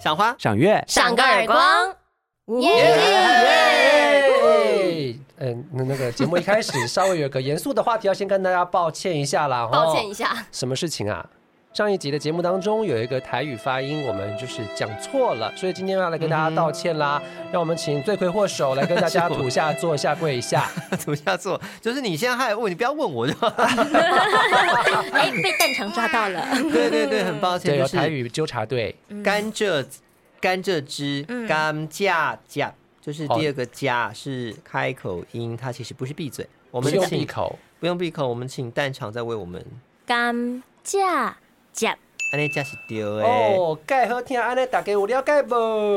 赏花、 赏月、 赏个耳光， 那个节目一开始稍微有个严肃的话题，要先跟大家抱歉一下啦。 抱歉一下， 什么事情啊？上一集的节目当中有一个台语发音，我们就是讲错了，所以今天要来跟大家道歉啦。让我们请罪魁祸首来跟大家土下坐下跪一下， 土下坐，就是你现在还问，你不要问我就好。 哎，被蛋肠抓到了。 对，很抱歉， 对， 就是有台语纠察队， 甘蔗汁，甘蔗酱，就是第二个加是开口音，它其实不是闭嘴，我们不用闭口， 不用闭口，我们请蛋肠再为我们甘蔗酱。 安尼才是对的哦，盖好听，安尼大家有了解不？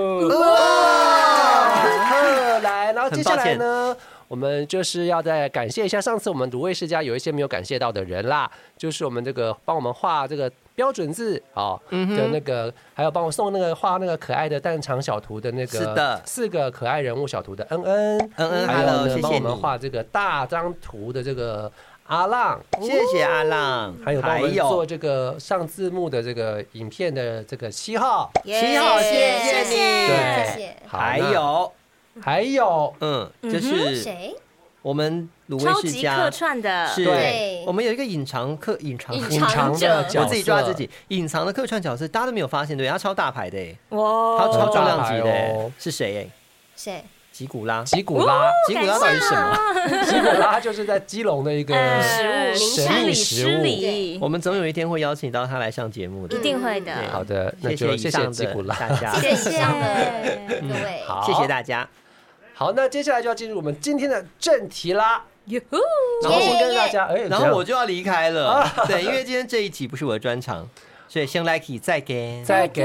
来，然后接下来呢，我们就是要再感谢一下上次我们卤味世家有一些没有感谢到的人啦，就是我们这个帮我们画这个标准字哦的那个，还有帮我送那个画那个可爱的蛋肠小图的那个， 是的 ，4个可爱人物小图的恩，还有呢帮我们画这个大张图的这个阿浪， 谢谢阿浪， 还有帮我们做这个上字幕的这个影片的这个7号， 谢谢你， 对，还有， 就是谁？ 我们卤味世家客串的， 是， 对， 我们有一个隐藏的角色， 我自己抓自己，隐藏的客串角色，大家都没有发现，对，他超大牌的， 哇， 他超重量级的，是谁？ 谁？ 吉古拉到底是什么？吉古拉就是在基隆的一个神秘食物， 我们总有一天会邀请到他来上节目的， 一定会的。 好的，那就谢谢吉古拉大家， 谢谢各位， 谢谢大家。 好，那接下来就要进入我们今天的正题啦。然后先跟大家， 然后我就要离开了，对，因为今天这一集不是我的专场，所以先来起再跟。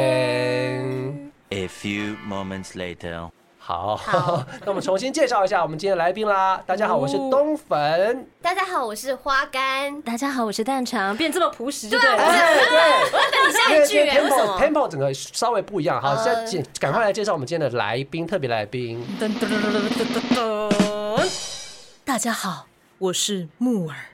A few moments later。 好，那我们重新介绍一下我们今天的来宾啦。大家好，我是冬粉。 大家好，我是花干。大家好，我是蛋肠。变这么朴实就对了。 对，我要等你下一句，为什么 ？Tempo 整个稍微不一样。好，现在赶快来介绍我们今天的来宾，特别来宾。 大家好，我是木耳。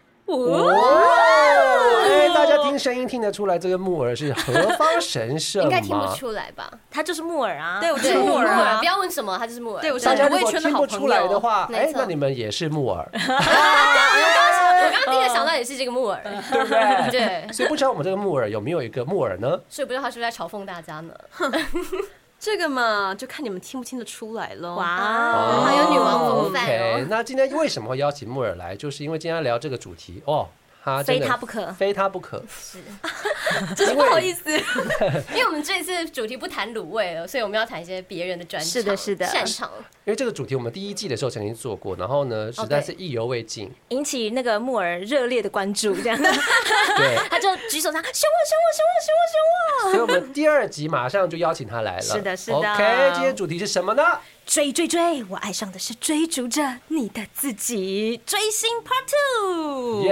大家听声音听得出来，这个木耳是何方神圣吗？ 应该听不出来吧？ 他就是木耳啊！ 对，我就是木耳啊！不要问什么，他就是木耳。 对，我是大家如果听不出来的话，那你们也是木耳。 我刚刚第一个想到也是这个木耳， 对不对？ 对。 所以不知道我们这个木耳有没有一个木耳呢？ 所以不知道他是不是在嘲讽大家呢？ 这个嘛，就看你们听不听得出来了。 哇，好有女王风范哦。 那今天为什么会邀请木耳来？就是因为今天要聊这个主题哦。 非他不可， 非他不可， 是， 真是不好意思， 因为我们这次主题不谈卤味了，所以我们要谈一些别人的专长， 是的，是的， 擅长。 因为这个主题我们第1季的时候曾经做过，然后呢，实在是意犹未尽， 引起那个木耳热烈的关注，这样， 对， 他就举手唱，凶我， 所以我们第2集马上就邀请他来了， 是的，是的。 OK， 今天主题是什么呢？ 追，我爱上的是追逐着你的自己，追星 Part 2，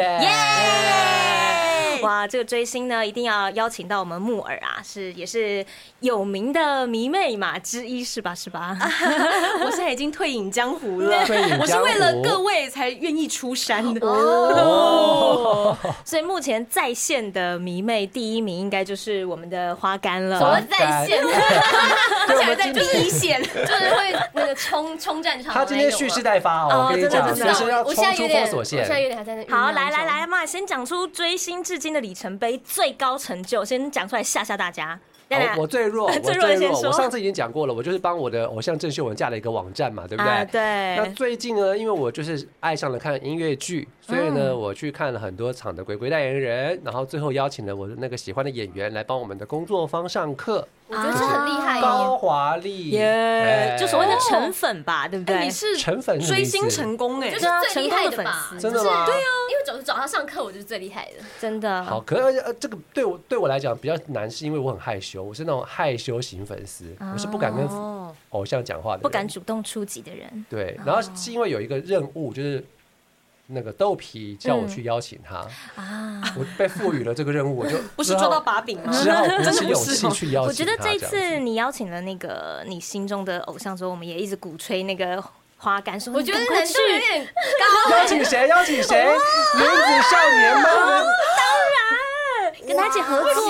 耶！哇，这个追星呢，一定要邀请到我们木耳啊，也是有名的迷妹嘛之一，是吧？我现在已经退隐江湖了，我是为了各位才愿意出山的哦。所以目前在线的迷妹第1名应该就是我们的花干了。 什么在线？ 而且就是一线， 就是会那个冲战场。 他今天蓄势待发哦，我跟你讲，随时要冲出封锁线。 我现在有点还在那。 好，来嘛，先讲出追星至今的里程碑，最高成就，先讲出来吓大家。 我最弱，我上次已经讲过了，我就是帮我的偶像郑秀文架了一个网站嘛，对不对？ 对。 那最近呢，因为我就是爱上了看音乐剧，所以呢，我去看了很多场的鬼鬼代言人，然后最后邀请了我的那个喜欢的演员来帮我们的工作坊上课。 我觉得这很厉害， 高华丽， 就所谓的成粉吧，对不对？ 你是成粉追星成功就是最厉害的吧？ 真的吗？ 对啊，因为找他上课，我就是最厉害的， 真的。 好，可是这个对我来讲比较难，是因为我很害羞，我是那种害羞型粉丝，我是不敢跟偶像讲话的人， 不敢主动出击的人。 对，然后是因为有一个任务，就是那个豆皮叫我去邀请他我被赋予了这个任务，我就不是抓到把柄吗？ 只好鼓起勇气去邀请他。 我觉得这一次你邀请了那个你心中的偶像之后，我们也一直鼓吹那个花干，说我觉得难度有点高。邀请谁？原子少年吗？ 当然，跟他一起合作啊，跨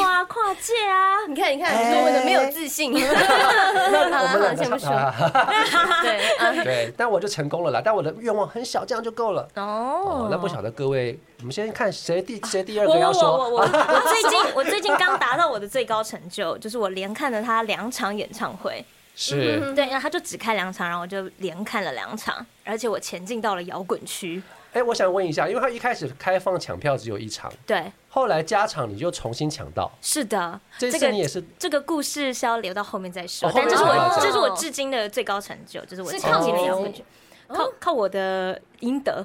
跨界啊！ 你看，多么的没有自信。 那我们两个先不说。 对， 但我就成功了啦。但我的愿望很小，这样就够了。那不晓得各位，我们先看谁第二个要说。 我最近刚达到我的最高成就，就是我连看了他2场演唱会。 是， 对，然后他就只开2场，然后我就连看了2场，而且我前进到了摇滚区。 我想问一下，因为他一开始开放抢票只有1场， 对， 后来加场你就重新抢到。 是的， 这次你也是。 这个故事是要留到后面再说，但这是我至今的最高成就，就是我前进了摇滚区。靠我的阴德。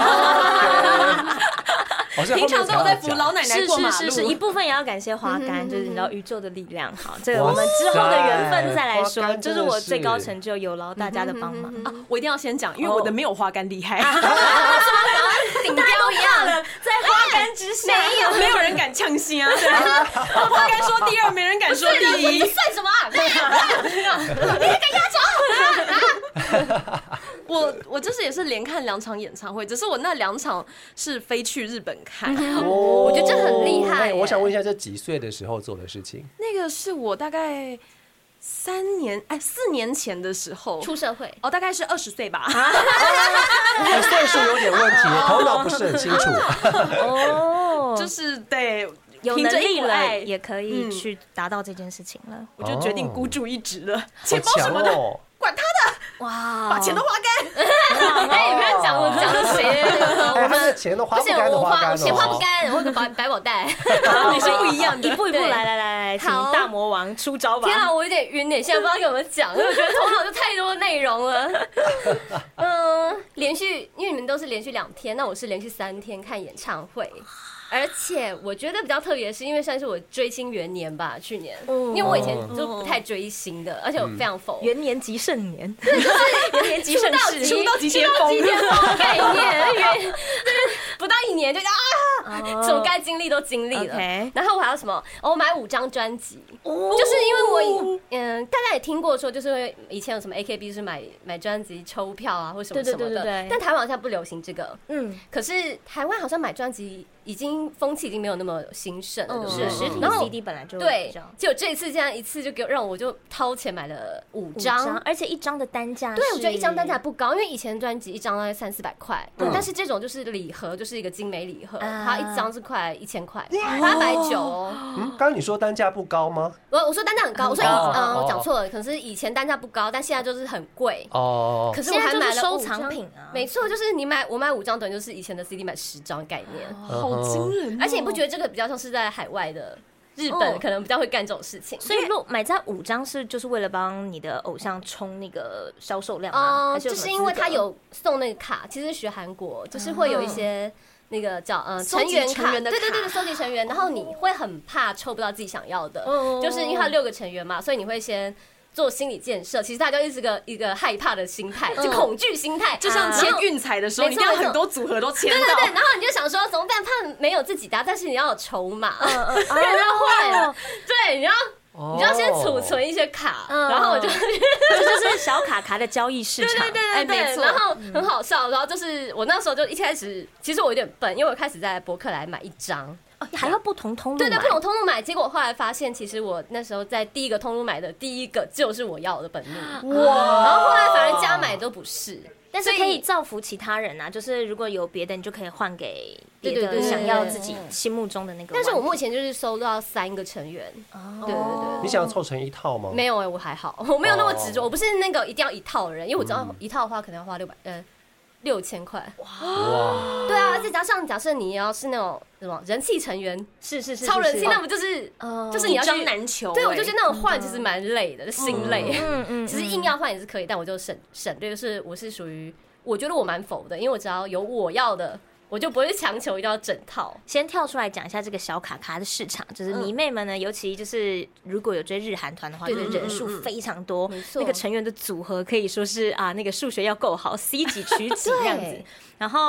平常都有在扶老奶奶过马路， 是一部分也要感谢花干，就是你知道宇宙的力量。好，这个我们之后的缘分再来说。这是我最高成就，有劳大家的帮忙啊！我一定要先讲，因为我的没有花干厉害， 顶标一样的， 在花干之下， 没有人敢呛戏啊！花干说第2，没人敢说第1， 算什么？你敢压轴？ 我这次也是连看2场演唱会，只是我那2场是飞去日本看。 我觉得这很厉害。 我想问一下，这几岁的时候做的事情？ 那个是我大概4年前的时候出社会， 大概是20岁吧。 岁数有点问题，头脑不是很清楚。 就是对。 有能力了，也可以去达到这件事情了。 我就决定孤注一掷了，钱包什么的，管他的， 哇， 把钱都花干。 不要讲我讲的谁， 我们钱都花不干的花干， 钱花不干，我有个百宝袋。 你是不一样的， 一步一步来，请大魔王出招吧。 天啊，我有点晕，现在不知道怎么讲，因为我觉得头脑就太多内容了。连续，因为你们都是连续2天，那我是连续3天看演唱会。而且我觉得比较特别的是，因为算是我追星元年吧，去年，因为我以前就不太追星的，而且我非常否元年即盛年， 对，就是元年即盛世， 出道即巅峰概念，不到1年就什么该经历都经历了。然后我还有什么？我买5张专辑，就是因为我大家也听过说，就是以前有什么 AKB 是买专辑抽票啊，或什么什么的，但台湾好像不流行这个。可是台湾好像买专辑已经风气已经没有那么兴盛了， 是实体 CD 本来就对，结果这一次这样一次就让我就掏钱买了5张， 而且1张的单价， 对，我觉得1张单价不高，因为以前专辑1张大概300-400块，但是这种就是礼盒，就是一个精美礼盒，它1张是快1000块，890哦。 刚刚你说单价不高吗？ 我说单价很高，我说我讲错了，可是以前单价不高，但现在就是很贵哦。可是我还买了收藏品啊， 没错，就是我买5张等于就是以前的 CD 买10张概念， 好惊人。 而且你不觉得这个比较像是在海外的日本可能比较会干这种事情？ 所以买这5张是就是为了帮你的偶像冲那个销售量吗？ 就是因为他有送那个卡，其实学韩国就是会有一些那个叫成员卡，对，收集成员，然后你会很怕抽不到自己想要的，就是因为他6个成员嘛，所以你会先做心理建设，其实它就一直一个害怕的心态，就恐惧心态， 就像签运彩的时候，一定要很多组合都签到， 对，然后你就想说怎么办？怕没有自己的，但是你要有筹码，对，你要先储存一些卡，然后我就这就是小卡卡的交易市场， 对，没错。然后很好笑，然后就是我那时候就一开始，其实我有点笨，因为我开始在博客来买1张。 还要不同通路买，对，不同通路买。结果后来发现，其实我那时候在第1个通路买的第1个就是我要的本命，哇！然后后来反而加买都不是， 但是可以造福其他人啊。就是如果有别的，你就可以换给别的想要自己心目中的那个。 但是我目前就是收到3个成员，对。 你想要凑成1套吗？ 没有我还好，我没有那么执着，我不是那个一定要1套的人，因为我知道1套的话可能要花6000块，哇！对啊，再加上假设你要是那种什么人气成员，是超人气，那不就是你要一张难求？ 对，我就觉得那种换其实蛮累的，心累。其实硬要换也是可以，但我就省略，就是我是属于我觉得我蛮否的，因为我只要有我要的。我就不会强求一定要整套。 先跳出来讲一下这个小卡卡的市场，就是迷妹们呢，尤其就是如果有追日韩团的话，就是人数非常多，那个成员的组合可以说是啊，那个数学要够好，C 几取几这样子。然后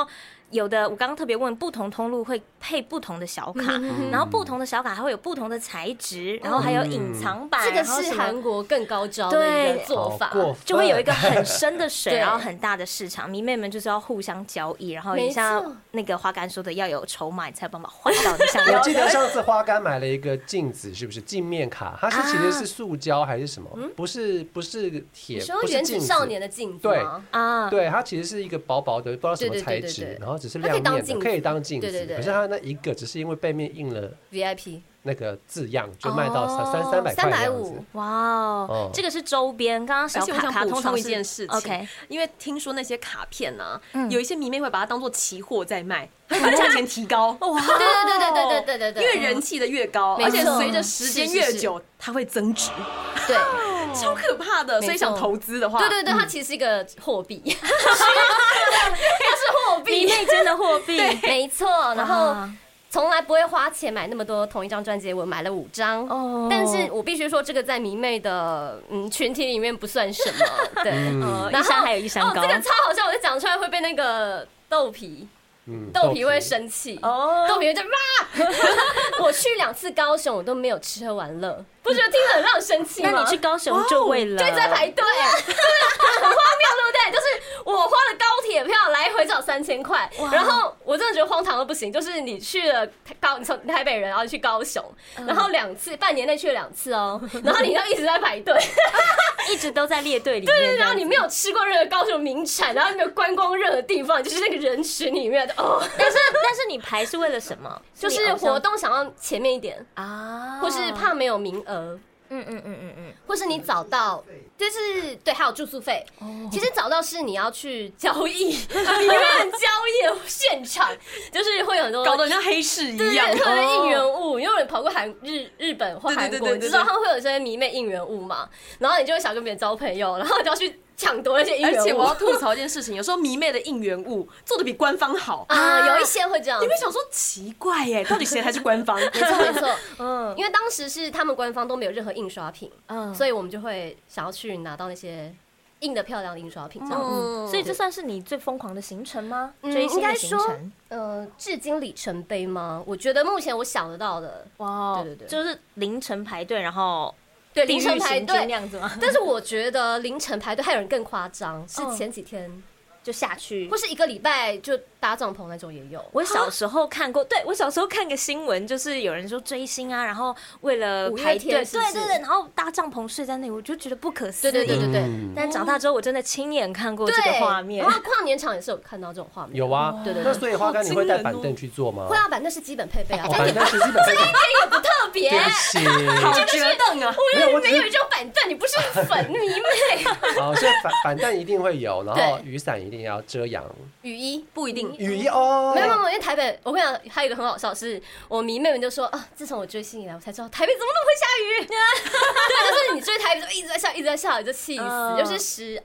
有的我刚刚特别问，不同通路会配不同的小卡，然后不同的小卡还会有不同的材质，然后还有隐藏版， 这个是韩国更高招的一个做法， 就会有一个很深的水，然后很大的市场，迷妹们就是要互相交易，然后也像那个花干说的，要有筹码你才有办法换到你想要的。 我记得上次花干买了一个镜子，是不是镜面卡？它其实是塑胶还是什么？不是铁， 你说原子少年的镜子吗？ 对，它其实是一个薄薄的，不知道什么材质，然后只是亮面的，可以当镜子。可是它那一个只是因为背面印了 VIP 那个字样，就卖到300块这样子。 哇哦，这个是周边。刚刚小卡通常一件事情 ，OK， 因为听说那些卡片呢，有一些迷妹会把它当做期货在卖，会把价钱提高。 哇，对， 因为人气的越高，而且随着时间越久，它会增值。 对。 超可怕的，所以想投资的话， 对，它其实是一个货币，它是货币， 迷妹间的货币， 没错。然后从来不会花钱买那么多同一张专辑，我买了5张，但是我必须说，这个在迷妹的群体里面不算什么。对， 然后还有一山高， 这个超好笑，我就讲出来会被那个豆皮。豆皮会生气，豆皮会就哇！我去2次高雄，我都没有吃喝玩乐，不觉得听着很让人生气吗？ 那你去高雄就为了就一直在排队，很荒谬，对不对？就是我花了高铁票来回只有3000块，然后我真的觉得荒唐到不行。就是你去了你从台北人，然后去高雄，然后2次，半年内去了2次哦，然后你就一直在排队， 一直都在列队里面。 对，然后你没有吃过任何高雄名产，然后你没有观光任何地方，就是那个人群里面。 但是你排是为了什么？ 就是活动想要前面一点啊，或是怕没有名额，或是你早到，就是对，还有住宿费。其实早到是你要去交易，里面交易现场，就是会有很多搞得像黑市一样， 对，特别应援物。因为你跑过日本或韩国，你知道他们会有这些迷妹应援物嘛，然后你就会想跟别人交朋友，然后就要去抢夺那些应援物。 而且我要吐槽一件事情，有时候迷妹的应援物做的比官方好啊，有一些会这样。 你会想说奇怪耶，到底谁才是官方？ 没错，因为当时是他们官方都没有任何印刷品，所以我们就会想要去拿到那些印的漂亮的印刷品，这样子。 所以这算是你最疯狂的行程吗？应该说， 至今里程碑吗？我觉得目前我想得到的，哇，对， 就是凌晨排队，然后。 对，凌晨排队那样子吗？ 但是我觉得凌晨排队还有人更夸张，是前几天就下去， 或是1个礼拜就搭帐篷那种也有。 我小时候看过，对我小时候看个新闻，就是有人说追星啊，然后为了排队，对，然后搭帐篷睡在那里，我就觉得不可思议。 对。 但长大之后，我真的亲眼看过这个画面。 然后跨年场也是有看到这种画面。 有啊，对。那所以花干你会带板凳去坐吗？ 会啊，板凳是基本配备啊。 板凳是基本配备， 这一点也不特别。 好绝凳啊！ 我没有一张板凳，你不是粉迷妹。 所以板凳一定会有，然后雨伞一定要遮阳。 雨衣不一定。 雨衣哦。 没有，因为台北，我跟你讲，还有一个很好笑的是，我迷妹们就说啊，自从我追星以来，我才知道台北怎么那么会下雨。对，就是你追台北就一直在下，一直在下雨，就气死。就是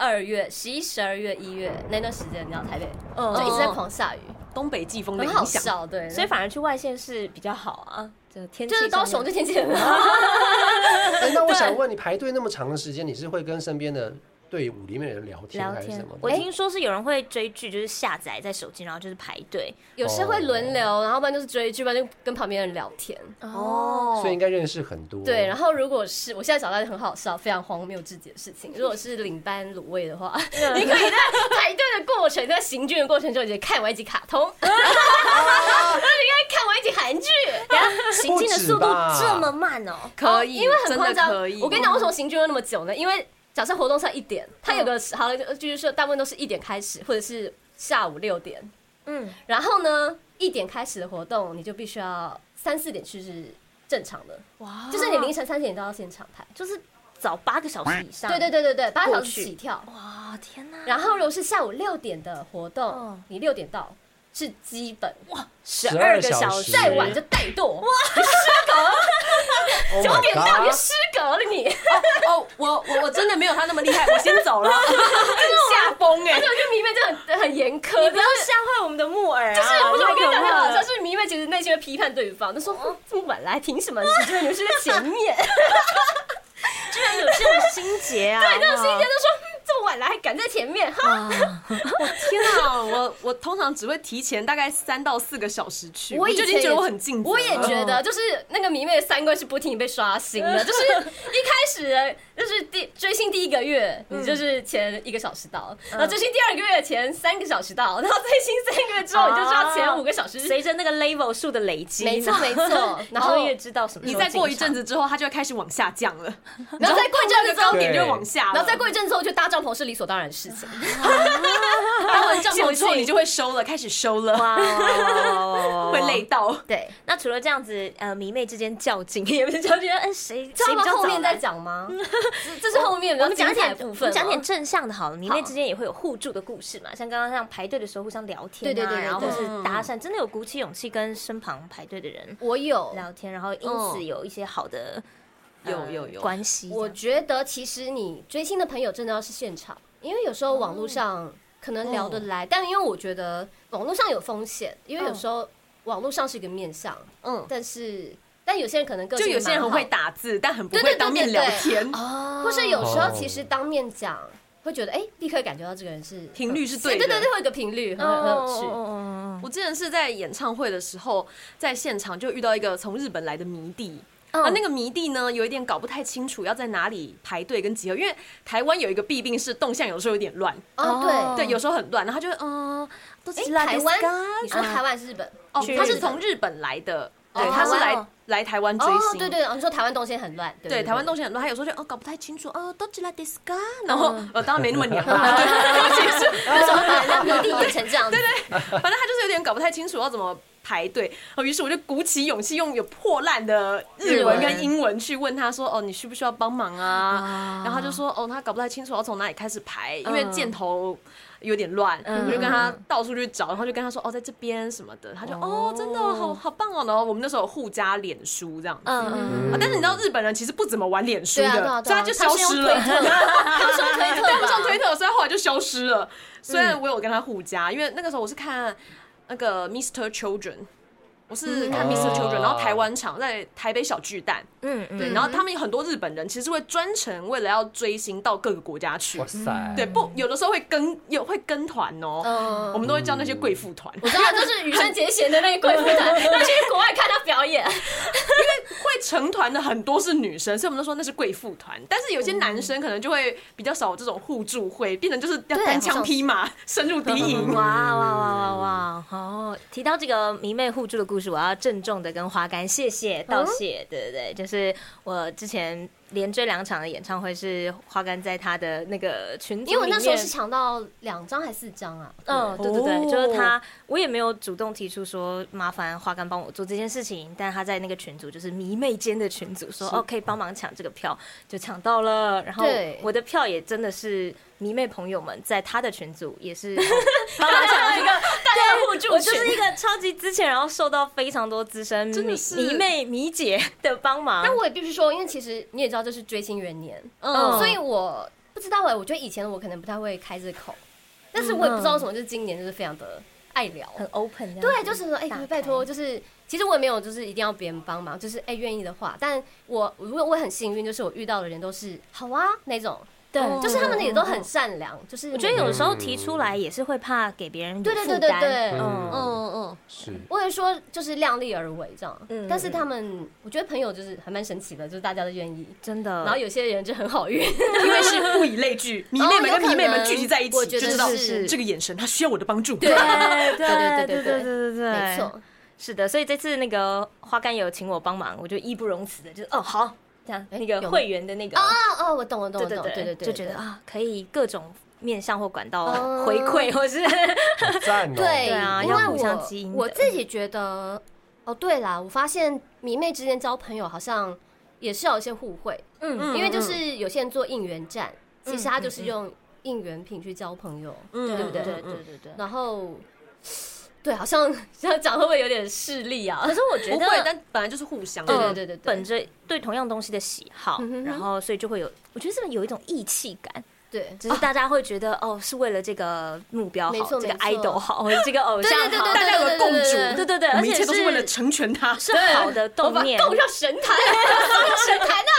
11、12月、1月那段时间，你知道台北就一直在狂下雨， 东北季风的影响， 很好笑，对， 所以反而去外县市比较好啊。天气就是高雄这天气很好。 那我想问你，排队那么长的时间，你是会跟身边的队伍里面的人聊天还是什么？ 我听说是有人会追剧，就是下载在手机，然后就是排队， 有时会轮流，然后不然就是追剧，不然就跟旁边人聊天。 所以应该认识很多。 对，然后如果是我现在找到很好笑、非常荒谬至极的事情，如果是领班卤味的话，你可以在排队的过程、在行军的过程中，你看完一集卡通，然后你可以看完一集韩剧， 行进的速度这么慢哦， 可以， 因为很夸张。 我跟你讲，为什么行军会那么久呢？因为假设活动在1点，它有个好，就是说大部分都是1点开始，或者是下午6点。然后呢，1点开始的活动，你就必须要3、4点去是正常的。哇！就是你凌晨3、4点都要现场排， 就是早8个小时以上。 对，8个小时起跳。 哇，天哪！ 然后如果是下午6点的活动，你6点到。是基本哇 ，12个小时， 再晚就怠惰哇，你失格，9点到你失格了你。 我真的没有他那么厉害，我先走了，下风哎。 而且我觉得迷妹真的很严苛， 你不要吓坏我们的木耳啊！ 就是我跟你讲，好像是迷妹其实内心会批判对方，就说这么晚来凭什么？你觉得你们是在前面？ 居然有这种心结啊！ 对，那种心结就说。这么晚来，还赶在前面。 天啊，我通常只会提前大概3到4个小时去，我就已经觉得我很尽责。 我也觉得，就是那个迷妹的3观是不停被刷新的，就是一开始就是追星第1个月，你就是前1个小时到，然后追星第2个月前3个小时到，然后追星3个月之后，你就知道前5个小时。 随着那个 level 数的累积， 没错没错， 然后越知道什么时候。 你再过一阵子之后，它就会开始往下降了， 然后再过一阵子之后， 高点就会往下， 然后再过一阵子之后，就搭帐篷是理所当然的事情。 搭完帐篷之后，你就会收了，开始收了，会累到。 对， 那除了这样子，迷妹之间较劲，也不是较劲，谁比较后面再讲吗？这是后面比较精彩的部分。 讲点正向的好了，迷妹之间也会有互助的故事嘛，像刚刚像排队的时候互相聊天，对，然后或是搭讪，真的有鼓起勇气跟身旁排队的人， 我有聊天，然后因此有一些好的有关系。 我觉得其实你追星的朋友真的要是现场，因为有时候网络上可能聊得来，但因为我觉得网络上有风险，因为有时候网络上是一个面向，但有些人可能就有些人很会打字，但很不会当面聊天， 或是有时候其实当面讲。会觉得立刻感觉到这个人是频率是对的， 对，会有一个频率，很有趣。 我之前是在演唱会的时候，在现场就遇到一个从日本来的迷弟，那个迷弟呢有一点搞不太清楚要在哪里排队跟集合，因为台湾有一个弊病是动向有时候有点乱，对，有时候很乱，然后他就都是台湾，你说台湾是日本？ 他是从日本来的。对，他是来台湾追星。 对，你说台湾动线很乱， 对，台湾动线很乱，他有时候就搞不太清楚どちらですか，然后当然没那么娘啦，其实为什么把人家迷弟演成这样子？ 对，反正他就是有点搞不太清楚要怎么排队，于是我就鼓起勇气用有破烂的日文跟英文去问他说你需不需要帮忙啊？然后他就说他搞不太清楚要从哪里开始排，因为箭头有点乱，我就跟他到处去找，然后就跟他说在这边什么的，他就真的好棒哦。然后我们那时候有互加脸书这样子，但是你知道日本人其实不怎么玩脸书的，所以他就消失了。 他上推特， 他上推特，所以后来就消失了。虽然我有跟他互加，因为那个时候我是看那个 Mr. Children。我是看 Mr. Children， 然后台湾场在台北小巨蛋，对，然后他们有很多日本人，其实会专程为了要追星到各个国家去，哇塞，对，有的时会跟团哦，我们都会叫那些贵妇团， 我知道就是羽生结弦的那个贵妇团，要去国外看他表演，因为会成团的很多是女生，所以我们都说那是贵妇团，但是有些男生可能就会比较少这种互助会，变成就是要单枪匹马深入敌营。 哇，提到这个迷妹互助的故事。我要郑重的跟花干道谢，对，就是我之前连追2场的演唱会是花干在他的那个群组里面， 因为我那时候是抢到2张还是4张啊？ 对，就是他，我也没有主动提出说麻烦花干帮我做这件事情，但他在那个群组就是迷妹间的群组说可以帮忙抢这个票，就抢到了，然后我的票也真的是迷妹朋友们在他的群组也是帮忙抢一个大家互助群，我就是一个超级资浅，然后受到非常多资深迷妹迷姐的帮忙。 但我也必须说，因为其实你也知道这是追星元年，所以我不知道我觉得以前的我可能不太会开这口，但是我也不知道为什么，就是今年就是非常的爱聊， 很 open， 对，就是说拜托，就是其实我也没有就是一定要别人帮忙，就是愿意的话，但我很幸运，就是我遇到的人都是好啊那种。对，就是他们也都很善良，就是我觉得有时候提出来也是会怕给别人负担， 对， 是， 我也说就是量力而为这样，但是他们我觉得朋友就是还蛮神奇的，就是大家都愿意， 真的， 然后有些人就很好运， 因为是物以类聚，迷妹们跟迷妹们聚集在一起，就知道这个眼神他需要我的帮助， 对， 没错，是的，所以这次那个花干有请我帮忙，我就义不容辞的，就是好。那个会员的那个我懂，对， 就觉得可以各种面向或管道回馈，或是对啊， 因为互相基因。 我自己觉得对啦，我发现迷妹之间交朋友好像也是有一些互惠，因为就是有些人做应援站，其实他就是用应援品去交朋友，对不对？对，然后。对，好像这样讲会不会有点势利啊？ 可是我觉得， 但本来就是互相， 对， 本着对同样东西的喜好，然后所以就会有，我觉得是不是有一种义气感？ 对， 只是大家会觉得是为了这个目标好，这个 idol 好，或者这个偶像好， 大家有个共主， 对， 而且一切都是为了成全他， 是好的动念， 供上神坛，神坛啊！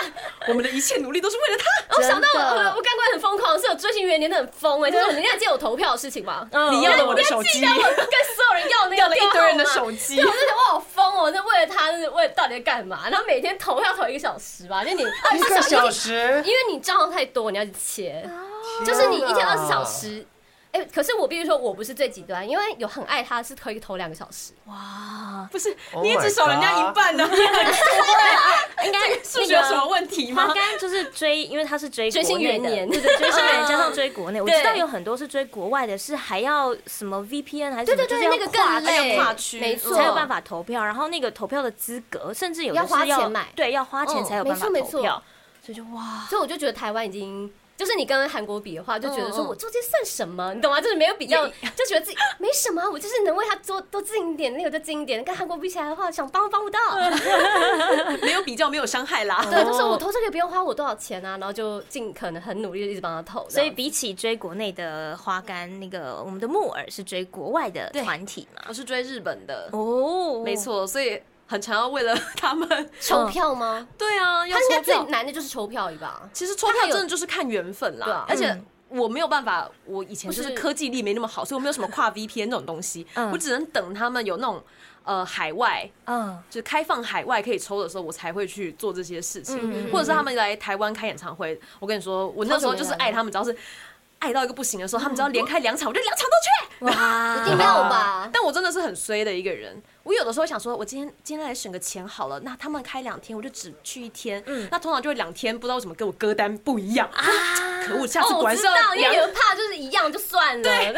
我们的一切努力都是为了他。 我想到我干官很疯狂，是有追星元年的很疯就是你还记得我投票的事情吗？ 你要了我的手机， 我跟所有人要那个要了一堆人的手机， 对，我就觉得我好疯哦，那为了他，是为了到底在干嘛？然后每天投票投1个小时吧，就你 1个小时， 因为你账号太多，你要去切，就是你一天20小时。可是我必须说，我不是最极端，因为有很爱他是可以投2个小时。 哇，不是你也只少人家一半呢，你很多应该数学有什么问题吗？ 他刚刚就是追，因为他是追追星元年， 对，追星元年加上追国内，我知道有很多是追国外的，是还要什么 VPN 还是什么，就是那个更累， 跨区， 没错， 才有办法投票。然后那个投票的资格，甚至有的是要花钱买， 对，要花钱才有办法投票。 所以就哇，所以我就觉得台湾已经。就是你跟韩国比的话，就觉得说我做这算什么，你懂吗？就是没有比较，就觉得自己没什么，我就是能为他做多尽一点，那个就尽一点。跟韩国比起来的话，想帮都帮不到， 没有比较，没有伤害啦。 对，就是我投这个不用花我多少钱啊，然后就尽可能很努力的一直帮他投。 所以比起追国内的花干，那个我们的木耳是追国外的团体嘛？ 我是追日本的哦， 没错，所以。很常要为了他们抽票吗？ 对啊， 他应该最难的就是抽票吧。 其实抽票真的就是看缘分啦，而且我没有办法，我以前就是科技力没那么好，所以我没有什么跨 VPN 这种东西，我只能等他们有那种海外，就是开放海外可以抽的时候，我才会去做这些事情，或者是他们来台湾开演唱会，我跟你说，我那时候就是爱他们，只要是。爱到一个不行的时候，他们只要连开2场，我就2场都去。 哇，一定要吧！ 但我真的是很衰的一个人。我有的时候想说，我今天来省个钱好了，那他们开2天，我就只去1天。那通常就会2天，不知道为什么跟我歌单不一样啊！可恶，下次果然是要因为有人怕就是一样就算了。 对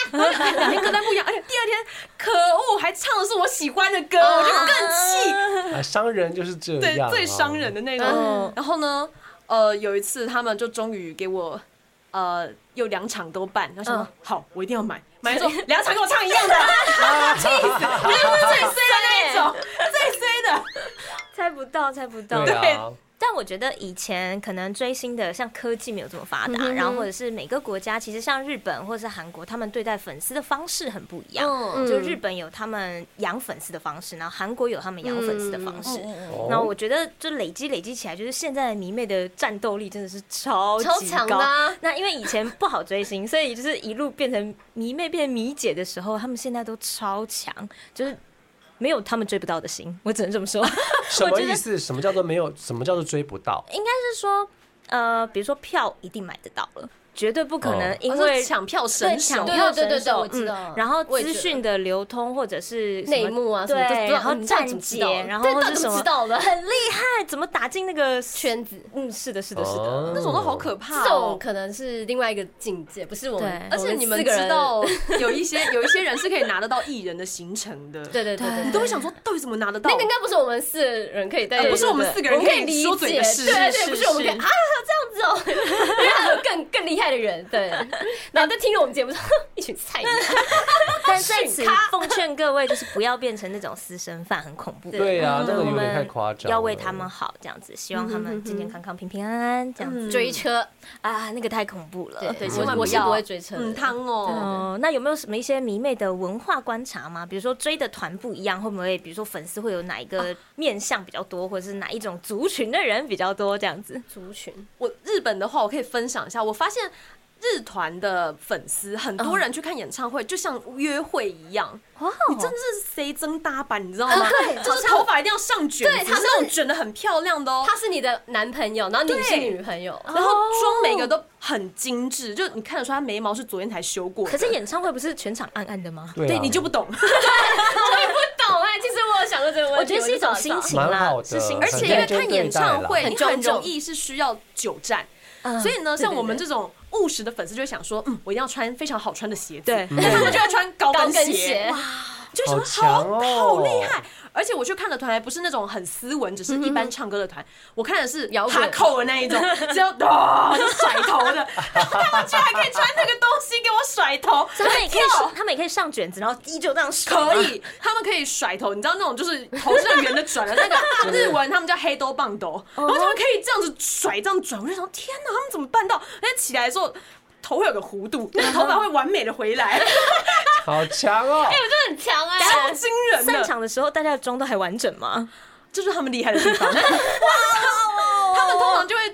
，2天歌单不一样，而且第2天，可恶，还唱的是我喜欢的歌，我就更气。 伤人就是这样， 对，最伤人的那种。然后呢，有一次他们就终于给我。有2场都办，然后想说好，我一定要买之后2场跟我唱一样的，气死！我就是最衰的那一种，最衰的， 猜不到， 对。 但我觉得以前可能追星的像科技没有这么发达，然后或者是每个国家其实像日本或者是韩国，他们对待粉丝的方式很不一样。就日本有他们养粉丝的方式，然后韩国有他们养粉丝的方式。然后我觉得就累积起来，就是现在的迷妹的战斗力真的是超强高。 的。 那因为以前不好追星，所以就是一路变成迷妹变成迷姐的时候，他们现在都超强，就是。没有他们追不到的心，我只能这么说。 什么意思？什么叫做没有？什么叫做追不到？ 应该是说，比如说票一定买得到了。绝对不可能，因为抢票神手， 对，我知道。 然后资讯的流通或者是内幕啊， 对，然后站姐，然后是什么，很厉害，怎么打进那个圈子？ 是的， 那种都好可怕。 这种可能是另外一个境界，不是我们。 而且你们知道，有一些人是可以拿得到艺人的行程的。 对， 你都会想说，到底怎么拿得到？ 那个应该不是我们4人可以， 不是我们4个人可以说嘴的事， 对，不是我们可以啊这样子哦，因为还有更厉害的人，对。然后在听了我们节目，一群菜鸟。 但在此奉劝各位，就是不要变成那种私生饭，很恐怖。 对啊，那个有点太夸张。 要为他们好，这样子，希望他们健健康康、平平安安，这样子。 追车啊，那个太恐怖了。 对，我是不会追车。 汤哦。 那有没有什么一些迷妹的文化观察吗？比如说追的团不一样，会不会比如说粉丝会有哪一个面向比较多，或者是哪一种族群的人比较多？这样子。 族群， 我日本的话，我可以分享一下，我发现。日团的粉丝很多人去看演唱会，就像约会一样。你真的是谁增搭版，你知道吗？ 对， 就是头发一定要上卷，对，他是那种卷的很漂亮的哦。 他是你的男朋友，然后你是女朋友， 然后妆每个都很精致，就你看得出他眉毛是昨天才修过的。 可是演唱会不是全场暗暗的吗？ 对，你就不懂。 我也不懂哎，其实我有想过这个问题， 我觉得是一种心情啦， 是心情。 而且因为看演唱会，你很容易是需要久站。所以呢，像我们这种务实的粉丝就会想说，我一定要穿非常好穿的鞋子，对，他们就要穿高跟鞋，哇，就什么好厉害。而且我去看的团还不是那种很斯文，只是一般唱歌的团，我看的是哈扣的那一种，只要就甩头的，他们居然还可以穿那个东西给我甩头， 他们也可以上卷子，然后依旧这样甩， 可以，他们可以甩头，你知道那种就是头是圆的转的那个日文，他们叫黑兜棒兜，然后他们可以这样子甩这样转，我就想天哪，他们怎么办到？而且起来的时候头会有个弧度，头发会完美的回来。 好强哦！ 我真的很强哎， 超惊人的。 散场的时候，大家的妆都还完整吗？ 这是他们厉害的地方。他们通常就会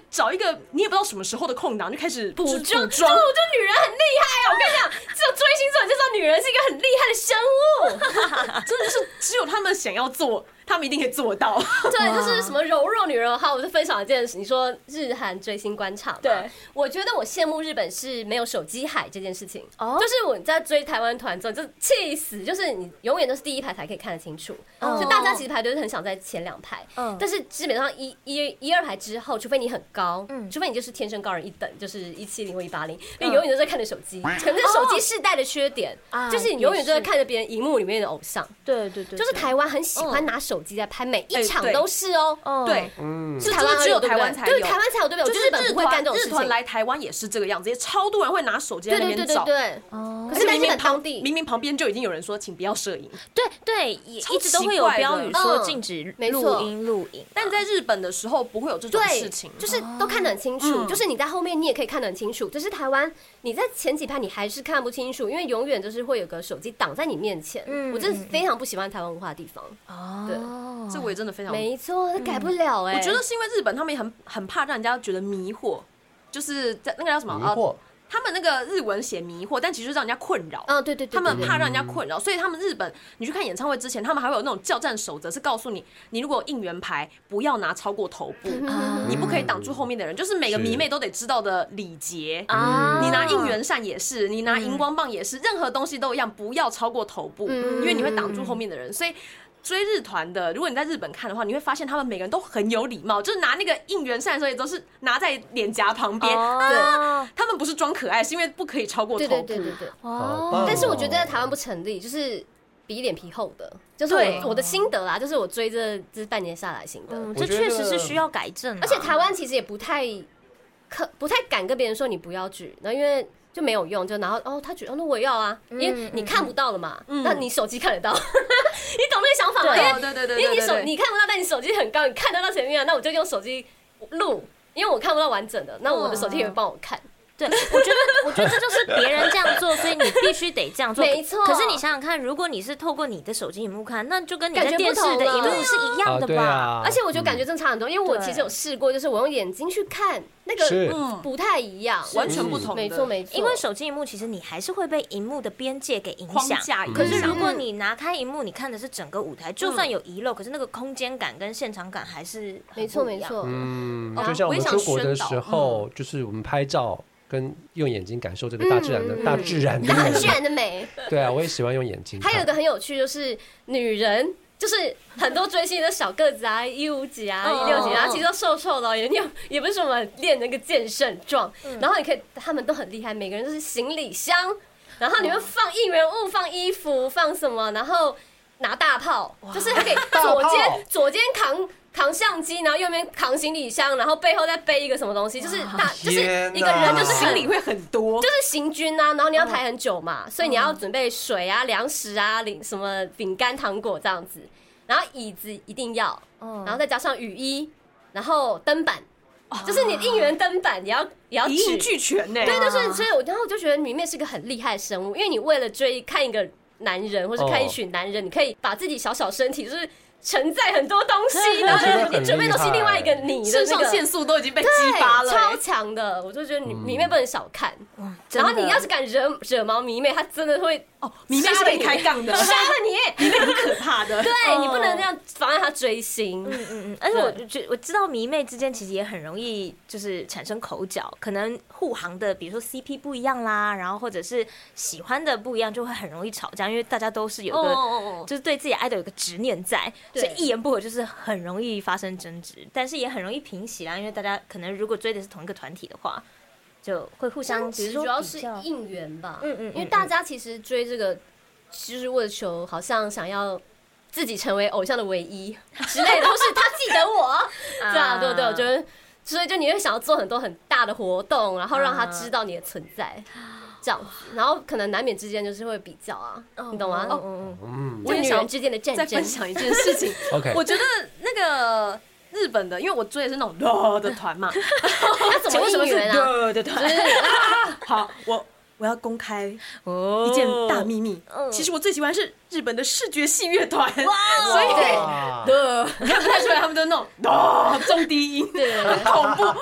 找一个你也不知道什么时候的空档就开始补妆， 就女人很厉害啊！我跟你讲，只有追星座你就知道女人是一个很厉害的生物， 真的是只有他们想要做，他们一定可以做到。 对，就是什么柔弱女人。好，我就分享一件事，你说日韩追星观察嘛， 对， 我觉得我羡慕日本是没有手机海这件事情。就是我在追台湾团之后，就气死，就是你永远都是第一排才可以看得清楚，所以大家其实排队是很想在前2排，但是基本上1、2排之后，除非你很高，除非你就是天生高人一等，就是170或180，你永远都在看着手机。可能是手机世代的缺点，就是你永远都在看着别人荧幕里面的偶像。 对， 就是台湾很喜欢拿手机在拍，每一场都是哦。 对， 是台湾只有台湾才有， 对，台湾才有，对不对？就是日本不会干这种事情。 日团来台湾也是这个样子，也超多人会拿手机在那边找。 对。可是明明旁边就已经有人说，请不要摄影。 对，也一直都会有标语说禁止录影。 但在日本的时候不会有这种事情， 就是都看得很清楚，就是你在后面你也可以看得很清楚。只是台湾你在前几排你还是看不清楚，因为永远就是会有个手机挡在你面前。我真的非常不喜欢台湾文化的地方。对， 这我也真的非常没错，这改不了哎。 我觉得是因为日本他们也很怕让人家觉得迷惑，就是在那个叫什么迷惑。 他们那个日文写迷惑，但其实让人家困扰。 对， 他们怕让人家困扰，所以他们日本，你去看演唱会之前，他们还会有那种教战守则，是告诉你，你如果应援牌不要拿超过头部，你不可以挡住后面的人，就是每个迷妹都得知道的礼节。你拿应援扇也是，你拿荧光棒也是，任何东西都一样，不要超过头部，因为你会挡住后面的人，所以。追日团的，如果你在日本看的话，你会发现他们每个人都很有礼貌，就是拿那个应援扇的时候也都是拿在脸颊旁边。对，他们不是装可爱，是因为不可以超过头部。 对。但是我觉得在台湾不成立，就是比脸皮厚的，就是我的心得啦，就是我追这半年下来心得， 这确实是需要改正。 而且台湾其实也不太敢跟别人说你不要举，然后因为。就没有用，就然后他觉得那我也要啊，因为你看不到了嘛，那你手机看得到，你懂那个想法吗？ 对， 因为你看不到，但你手机很高，你看得到前面，那我就用手机录，因为我看不到完整的，那我的手机也会帮我看。 对，我觉得这就是别人这样做，所以你必须得这样做。 没错。 可是你想想看，如果你是透过你的手机荧幕看，那就跟你在电视的荧幕是一样的吧？ 而且我觉得感觉真的差很多，因为我其实有试过，就是我用眼睛去看那个，不太一样， 完全不同。 没错。 因为手机荧幕其实你还是会被荧幕的边界给影响。可是如果你拿开荧幕，你看的是整个舞台，就算有遗漏，可是那个空间感跟现场感还是没错。 就像我们出国的时候，就是我们拍照。跟用眼睛感受这个大自然的美，对啊，我也喜欢用眼睛。 还有一个很有趣，就是女人，就是很多追星的小个子啊，150几啊，160几啊，其实都瘦瘦的，也不是什么练那个健身壮，然后你可以，他们都很厉害，每个人都是行李箱，然后你们放应援物、放衣服、放什么，然后拿大炮，就是他可以左肩扛相机，然后右边扛行李箱，然后背后再背一个什么东西，就是就是一个人就是行李会很多， 就是行军啊，然后你要排很久嘛，所以你要准备水啊、粮食啊、什么饼干、糖果这样子，然后椅子一定要，然后再加上雨衣，然后灯板，就是你应援灯板也要一应俱全呢。 对，就是所以然后我就觉得迷妹是个很厉害的生物，因为你为了看一个男人或是看一群男人，你可以把自己小身体就是承载很多东西，然后你准备都是另外一个你的肾上腺素都已经被激发了， 超强的，我就觉得迷妹不能小看。然后你要是敢惹毛迷妹，她真的会迷妹是可以开杠的， 杀了你， 迷妹很可怕的。 对，你不能这样妨碍她追星。 而且我知道迷妹之间其实也很容易就是产生口角，可能护航的比如说 CP 不一样啦，然后或者是喜欢的不一样，就会很容易吵架，因为大家都是有个就是对自己爱豆有个执念在。所以一言不合就是很容易发生争执，但是也很容易平息啦，因为大家可能如果追的是同一个团体的话，就会互相比如说主要是应援吧，因为大家其实追这个就是为了求好像想要自己成为偶像的唯一之类的，都是他记得我，对啊，对，我觉得，所以就你会想要做很多很大的活动，然后让他知道你的存在。这样子，然后可能难免之间就是会比较啊，你懂吗？就女人之间的战争。 再分享一件事情，我觉得那个日本的，因为我追的是那种的团嘛， 他怎么应援啊？ 的团。好，我要公开一件大秘密，其实我最喜欢是日本的视觉系乐团，所以你看不太出来，他们都那种中低音，很恐怖。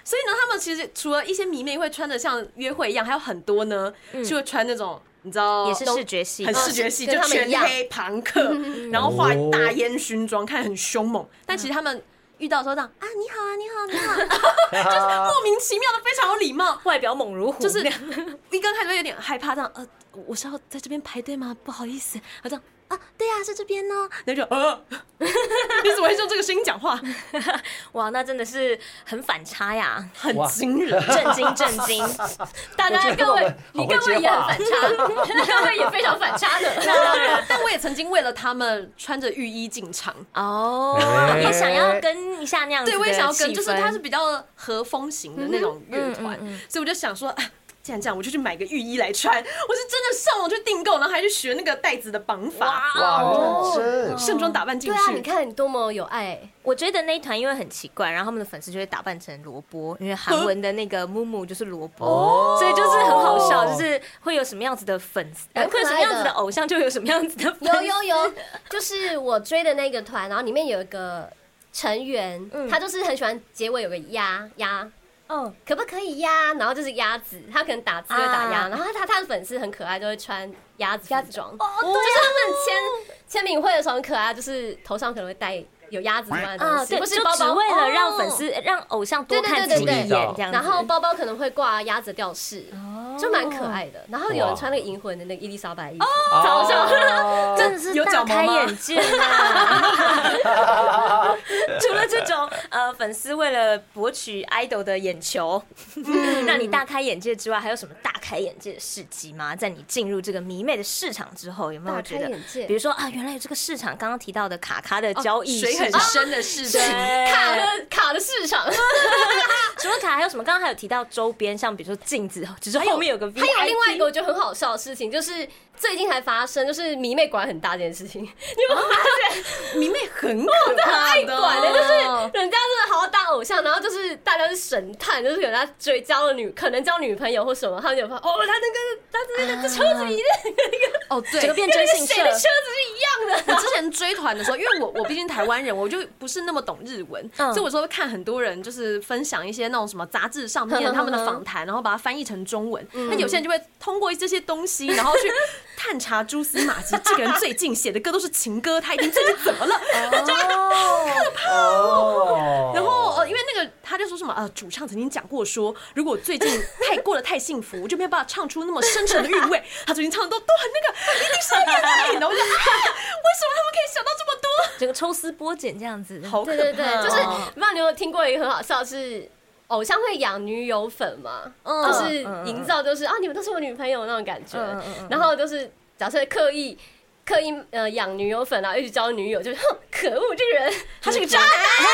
所以呢，他们其实除了一些迷妹会穿的像约会一样，还有很多呢就会穿那种。你知道也是视觉系， 很视觉系，就全黑朋克，然后画大烟熏妆，看很凶猛。但其实他们遇到的时候这样啊，你好啊，你好，你好，就是莫名其妙的非常有礼貌， 外表猛如虎， 就是一刚开始会有点害怕，这样我是要在这边排队吗？不好意思，他这样。啊，对呀，是这边呢。那就你怎么会用这个声音讲话？ 哇，那真的是很反差呀， 很惊人， 震惊！ 大家各位，你各位也很反差，你各位也非常反差的。 但我也曾经为了他们穿着浴衣进场哦，也想要跟一下那样子的气氛。 对，我也想要跟，就是他是比较和风型的那种乐团，所以我就想说。既然这样，我就去买个浴衣来穿。我是真的上网去订购，然后还去学那个带子的绑法。 哇， 盛装打扮进去。 对啊，你看你多么有爱。 我觉得那一团因为很奇怪，然后他们的粉丝就会打扮成萝卜，因为韩文的那个木木就是萝卜，所以就是很好笑，就是会有什么样子的粉丝，会有什么样子的偶像，就有什么样子的粉丝。 有，就是我追的那个团，然后里面有一个成员，他就是很喜欢结尾有个鸭。可不可以鸭？然后就是鸭子，他可能打字会打鸭，然后他的粉丝很可爱，就会穿鸭子服装。就是他们签名会的时候很可爱，就是头上可能会戴有鸭子装的东西，不是包包， 只为了让粉丝让偶像多看几眼这样。 然后包包可能会挂鸭子吊饰，就蛮可爱的。然后有人穿那个银魂的那个伊丽莎白衣服，超好笑， 真的是大开眼界啊！除了这种粉丝为了博取 idol 的眼球，让你大开眼界之外，还有什么大开眼界的事迹吗？在你进入这个迷妹的市场之后，有没有觉得，比如说啊，原来有这个市场，刚刚提到的卡的交易水很深的事情， 卡的市场。 除了卡还有什么？刚刚还有提到周边，像比如说镜子，只是后面有个 VIP。 还有另外一个我觉得很好笑的事情，就是最近才发生，就是迷妹管很大这件事情。你有没有发现迷妹很可怕的， 很爱管的，就是人家真的好好当偶像，然后就是大家是神探，就是有人家可能交女朋友或什么，他们就发他这个车子里的那个整个变真性社， 谁的车子是一样的。 我之前追团的时候，因为我毕竟台湾人，我就不是那么懂日文，所以我说会看很多人就是分享一些那种什么杂志上面他们的访谈，然后把它翻译成中文。那有些人就会通过这些东西，然后去探查蛛丝马迹。这个人最近写的歌都是情歌，他一定最近怎么了？就可怕哦。然后因为那个他就说什么主唱曾经讲过说，如果最近过得太幸福，我就没有办法唱出那么深沉的韵味。他最近唱的都很那个，一定是眼泪。然后我就为什么他们可以想到这么多？ 整个抽丝剥茧这样子， 好可怕。对，就是不知道你有没有听过一个很好笑是。偶像会养女友粉嘛，就是营造就是你们都是我女朋友那种感觉，然后就是假设刻意养女友粉啊，一直交女友，就是可恶这个人，他是个渣男，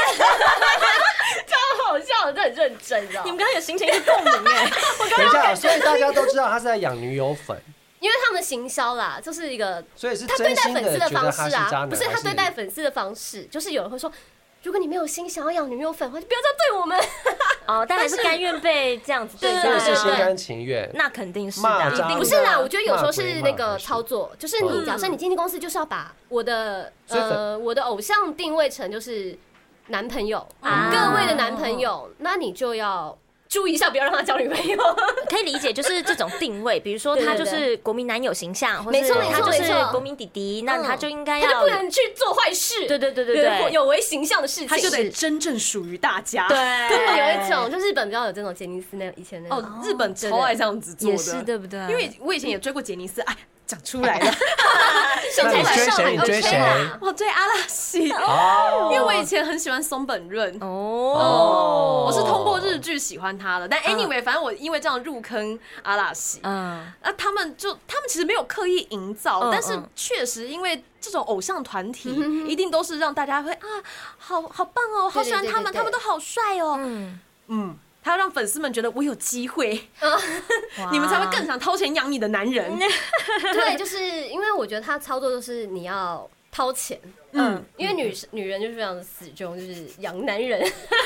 超好笑的，这很认真的。 你们刚刚有形成一个共鸣哎， 等一下，所以大家都知道他是在养女友粉。 因为他们行销啦，就是一个， 所以是他对待粉丝的方式啊， 不是他对待粉丝的方式，就是有人会说。如果你没有心想要养女友粉的话，就不要这样对我们。 但还是甘愿被这样子对待， 真的是心甘情愿。 那肯定是的， 一定不是啦。我觉得有时候是那个操作，就是你假设你经纪公司就是要把我的偶像定位成就是男朋友，各位的男朋友，那你就要。注意一下，不要让他交女朋友。 可以理解，就是这种定位，比如说他就是国民男友形象，或者他就是国民弟弟，那他就应该要不能去做坏事。 对， 有违形象的事情， 他就得真正属于大家。 对，有一种就日本比较有这种杰尼斯那以前那种日本超爱这样子做的， 也是对不对？ 因为我以前也追过杰尼斯，讲出来了。 那你追谁？你追谁？ 我追阿拉西，因为我以前很喜欢松本润。我是通过日剧喜欢他的，但 anyway， 反正我因为这样入坑阿拉西。他们其实没有刻意营造，但是确实因为这种偶像团体，一定都是让大家会好棒哦，好喜欢他们，他们都好帅哦。他要让粉丝们觉得我有机会，你们才会更想掏钱养你的男人。 对，就是因为我觉得他操作就是你要掏钱， 因为女人就是非常的死忠，就是养男人。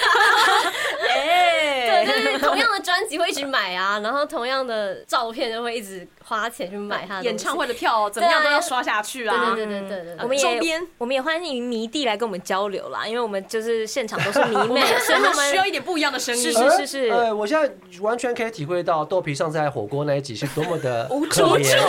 哎， 对，就是同样的专辑会一直买啊，然后同样的照片就会一直花钱去买他的演唱会的票怎么样都要刷下去啊。 对。 我们也欢迎迷弟来跟我们交流啦，因为我们就是现场都是迷妹，所以我们需要一点不一样的声音。 是。 我现在完全可以体会到豆皮上次在火锅那一集是多么的无助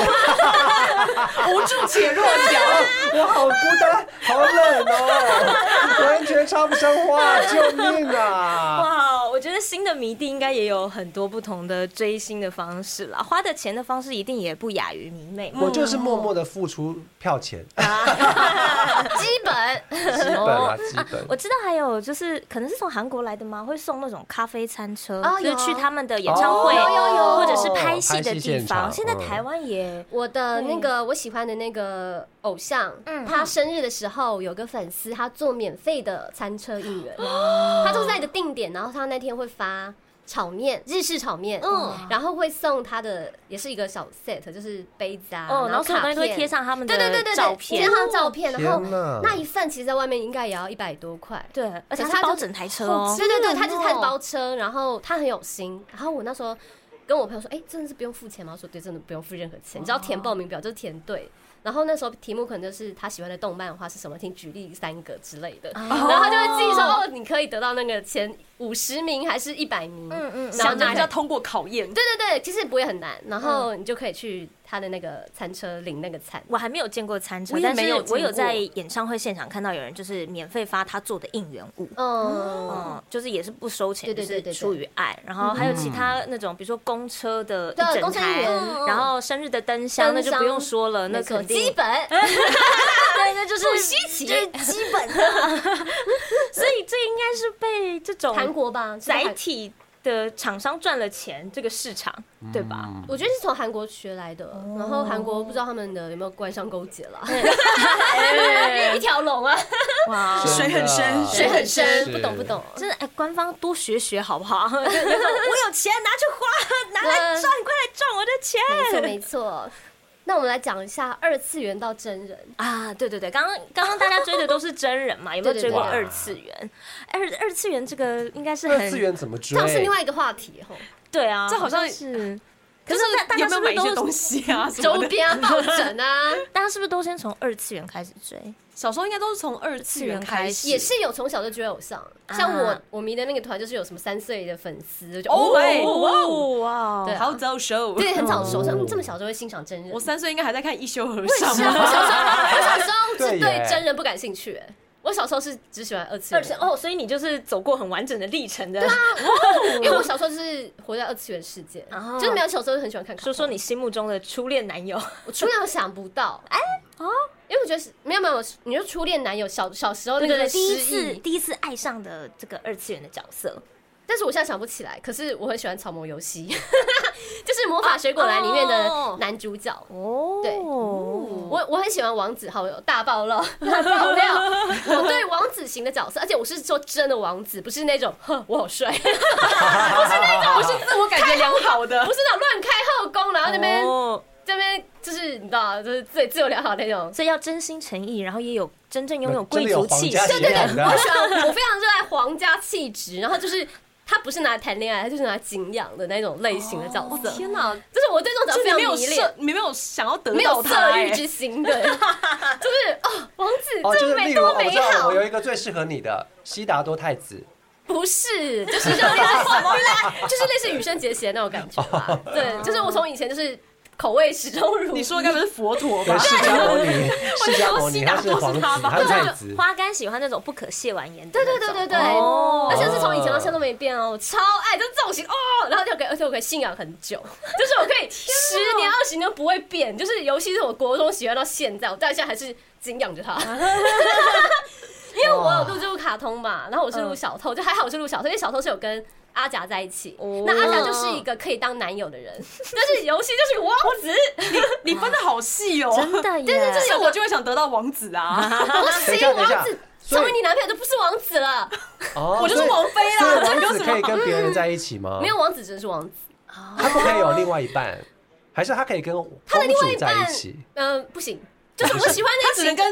且弱小。 我好孤单，好冷哦，完全插不上话，救命啊！ 哇，我觉得新的迷弟应该也有很多不同的追星的方式啦，花的钱的方式一定也不亚于迷妹。 我就是默默的付出票钱， 基本啊，基本。 我知道还有就是可能是从韩国来的吗？会送那种咖啡餐车，就是去他们的演唱会或者是拍戏的地方。现在台湾也， 我的那个我喜欢的那个偶像，他生日的时候有个粉丝他做免费的餐车应援，他都在一个定点，然后他那天会发炒面，日式炒面，然后会送他的也是一个小 set， 就是杯子啊，然后所有东西都会贴上他们的照片， 贴上照片，然后那一份其实在外面应该也要100多块， 对，而且他包整台车哦， 对，他就是他包车，然后他很有心，然后我那时候跟我朋友说，真的是不用付钱吗？我说对，真的不用付任何钱，你只要填报名表就是填对。然后那时候题目可能就是他喜欢的动漫的话是什么，请举例3个之类的，然后他就会自己说你可以得到那个前50名还是100名， 然后拿一下通过考验。 对，其实不会很难，然后你就可以去他的那个餐车领那个餐。 我还没有见过餐车，但是我有在演唱会现场看到有人就是免费发他做的应援物，就是也是不收钱，就是出于爱。然后还有其他那种，比如说公车的一整台，然后生日的灯箱，那就不用说了，那肯定基本， 对，那就是不稀奇， 就是基本的。所以这应该是被这种韩国吧载体的厂商赚了钱，这个市场对吧？ 我觉得是从韩国学来的，然后韩国不知道他们的有没有官商勾结啦，一条龙啊， 哇， 水很深， 不懂， 真的官方多学好不好？我有钱拿去花，拿来赚，快来赚我的钱！ 没错。那我们来讲一下2次元到真人啊，对，刚刚大家追的都是真人嘛，有没有追过2次元？二次元这个应该是 2次元怎么追？ 这是另外一个话题吼。 对啊， 这好像是。 可是大家是不是都有没有买一些东西啊？ 周边啊、抱枕啊， 大家是不是都先从2次元开始追？ 小时候应该都是从2次元开始， 也是有从小就追偶像，像我迷的那个团就是有什么3岁的粉丝，就哇，对，好早熟， 对，很早熟，这么小就会欣赏真人。 我3岁应该还在看一休和尚， 我小时候是对真人不感兴趣，我小时候是只喜欢2次元所以你就是走过很完整的历程的。 对啊，因为我小时候就是活在2次元世界，就是没有小时候很喜欢看。 说你心目中的初恋男友， 我初恋我想不到，因为我觉得没有，你说初恋男友小时候那个第一次爱上的这个2次元的角色。 但是我现在想不起来，可是我很喜欢草魔游戏，就是魔法水果篮里面的男主角。对，我很喜欢王子，好有大爆料，我对王子型的角色，而且我是说真的王子，不是那种我好帅，不是那种， 我是自我感觉良好的， 不是那种乱开后宫，然后这边就是你知道，就是自我良好那种， 所以要真心诚意，然后也有真正拥有贵族气质。 对，我非常热爱皇家气质，然后就是。他不是拿来谈恋爱，他就是拿来敬仰的那种类型的角色。 天哪， 就是我对这种角色非常迷恋， 你没有想要得到没有色欲之心，对，就是王子这么美多美好。 我有一个最适合你的悉达多太子。 不是，就是类似羽生结弦那种感觉吧。对，就是我从以前就是口味始终如一。 你说的该不是佛陀吧？ 释迦牟尼，他是皇子，他是太子。 花干喜欢那种不可亵玩焉的。 对，而且是从以前到现在都没变哦，我超爱，就是造型然后而且我可以信仰很久，就是我可以10年20年都不会变，就是游戏是我国中喜欢到现在，我到现在还是敬仰着他。因为我有录卡通嘛，然后我是录小偷，就还好我是录小偷，因为小偷是有跟阿甲在一起，那阿甲就是一个可以当男友的人，但是游戏就是个王子。 你分的好细哦， 真的耶！ 但是我就会想得到王子啊， 不行，王子成为你男朋友就不是王子了， 我就是王妃啦。 王子可以跟别人在一起吗？ 没有王子，真是王子。 他不可以有另外一半，还是他可以跟公主在一起？ 不行，就是我喜欢那他只能跟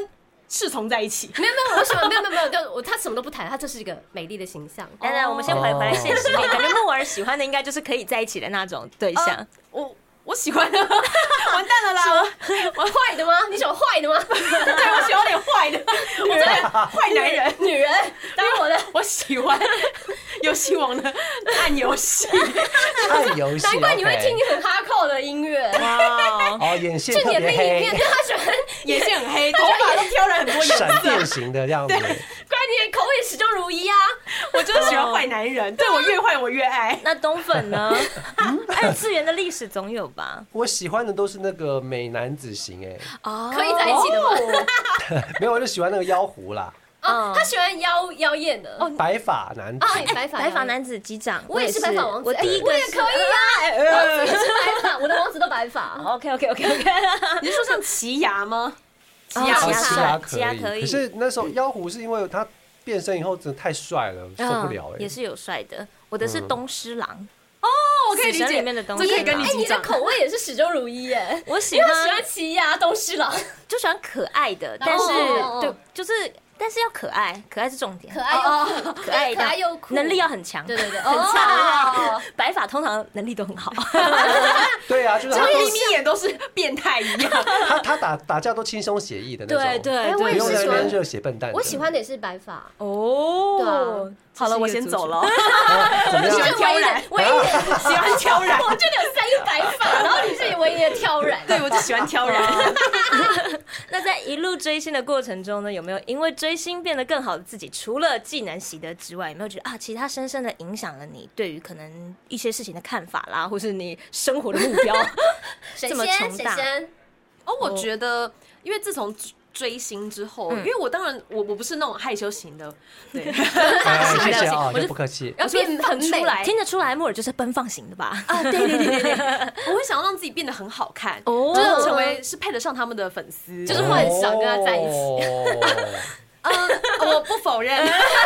侍从在一起。 没有，我喜欢没有，就他什么都不谈，他就是一个美丽的形象。 当然，我们先回来现实面，感觉木耳喜欢的应该就是可以在一起的那种对象。 我喜欢的，完蛋了啦！ 我坏的吗？你喜欢坏的吗？ 对，我喜欢点坏的，我真的坏男人、 女人，当然我喜欢游戏王的暗游戏， 暗游戏。 难怪你会听很哈扣的音乐。 哦，眼线特别黑， 他喜欢眼线很黑，头发都挑了很多颜色， 闪电型的这样子。 怪你的口味始终如一啊！ 我就是喜欢坏男人，对我越坏我越爱。 那东粉呢？二次元的历史总有吧？ 我喜欢的都是那个美男子型可以在一起的吗？ 没有，我就喜欢那个妖狐啦。 他喜欢妖艳的白发男子， 白发男子机长， 我也是白发王子， 我第一个我也可以啊，王子也是白发，我的王子都白发。 OK， 你是说像奇牙吗？ 奇牙可以。 可是那时候妖狐是因为他变身以后真的太帅了，受不了也是有帅的，我的是东狮郎。 我可以理解里面的东西， 可以跟你的口味也是始终如一耶。 我喜欢奇亚东狮郎， 就喜欢可爱的，但是对，就是但是要可爱，可爱是重点， 可爱又酷， 能力要很强， 对，很强。白发通常能力都很好。 对啊，就是他咪咪也都是变态一样。 他打架都轻松写意的那种， 对， 我也不用在那边是热血笨蛋。 我喜欢的也是白发哦。好了，我先走了。 喜欢挑染， 唯一喜欢挑染。 我这里有3个白发，然后你是唯一的挑染。 对，我就喜欢挑染。 那在一路追星的过程中呢，有没有因为追星变得更好的自己？除了技能习得之外，有没有觉得其他深深的影响了你对于可能一些事情的看法啦，或是你生活的目标？这么宏大。 我觉得，因为自从追星之后，因为我当然我不是那种害羞型的，对， 谢谢啊，就不客气。 要变很美， 听得出来木耳就是奔放型的吧？ 对，我会想要让自己变得很好看，就是成为是配得上他们的粉丝， 就是幻想跟他在一起。 我不否认，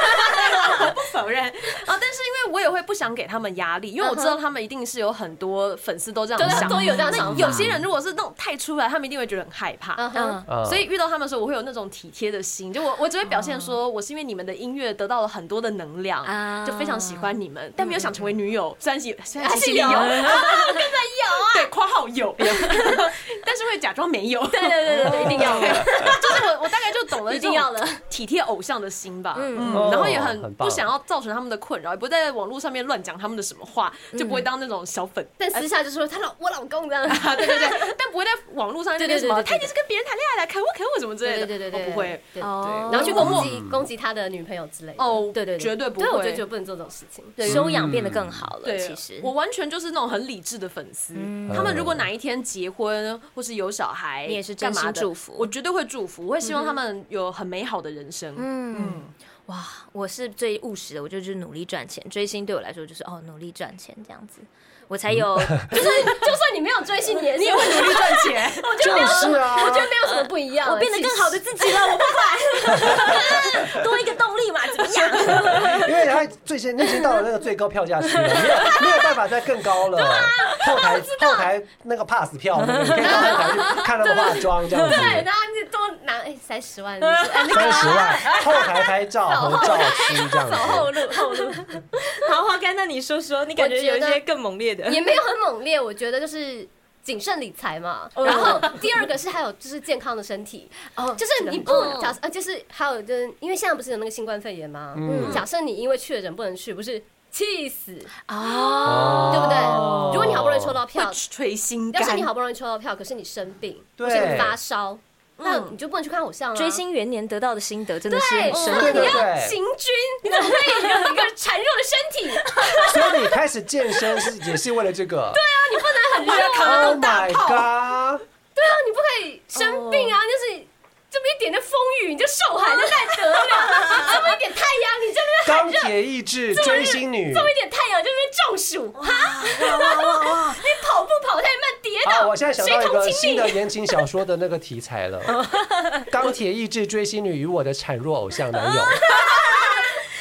但是因为我也会不想给他们压力，因为我知道他们一定是有很多粉丝都这样想， 都有这样想法。 有些人如果是那种太出来，他们一定会觉得很害怕。所以遇到他们的时候，我会有那种体贴的心，就我只会表现说，我是因为你们的音乐得到了很多的能量，就非常喜欢你们，但没有想成为女友。虽然其实有，现在有啊，对，括号有，但是会假装没有。 对，一定要的。 就是我大概就懂了， 一定要的。 体贴偶像的心吧，然后也很不想要造成他们的困扰，也不会在网络上面乱讲他们的什么话，就不会当那种小粉， 但私下就说我老公这样， 对，但不会在网络上那边什么，他一定是跟别人谈恋爱来可恶什么之类的， 对， 不会，对， 然后去攻击他的女朋友之类的，对， 绝对不会， 对，我就觉得不能做这种事情， 修养变得更好了。其实我完全就是那种很理智的粉丝，他们如果哪一天结婚或是有小孩， 你也是真心祝福， 我绝对会祝福，我会希望他们有很美好的人生。 哇，我是最务实的，我就是努力赚钱。追星对我来说就是努力赚钱这样子，我才有。 就算你没有追星，你也会努力赚钱。 我觉得没有什么不一样， 我变得更好的自己了，我不管，多一个动力嘛，怎么样？ 因为他你已经到了那个最高票价区了，没有办法再更高了。后台那个 pass 票，你可以到后台去看他们化妆这样子。 对，然后你多拿30万 ，30万，后台拍照合照吃这样子。 走后路。 好，花干，那你说说，你感觉有一些更猛烈的？ 也没有很猛烈，我觉得就是谨慎理财嘛。然后第二个是还有就是健康的身体，就是你不就是还有就是因为现在不是有那个新冠肺炎吗？假设你因为确诊不能去，不是气死对不对？如果你好不容易抽到票， 捶心肝。 要是你好不容易抽到票，可是你生病，或是你发烧。那你就不能去看偶像了。 追星元年得到的心得真的是很深刻。你要行军，你怎么可以有一个孱弱的身体？ 所以你开始健身也是为了这个。 对啊，你不能很热扛那种大炮。对啊，你不可以生病啊，就是这么一点的风雨你就受寒，那才得了。这么一点太阳，你这边钢铁意志追星女， 这么一点太阳就边中暑哈！你跑步跑太慢跌倒。 我现在想到一个新的言情小说的那个题材了，钢铁意志追星女与我的孱弱偶像男友。 请小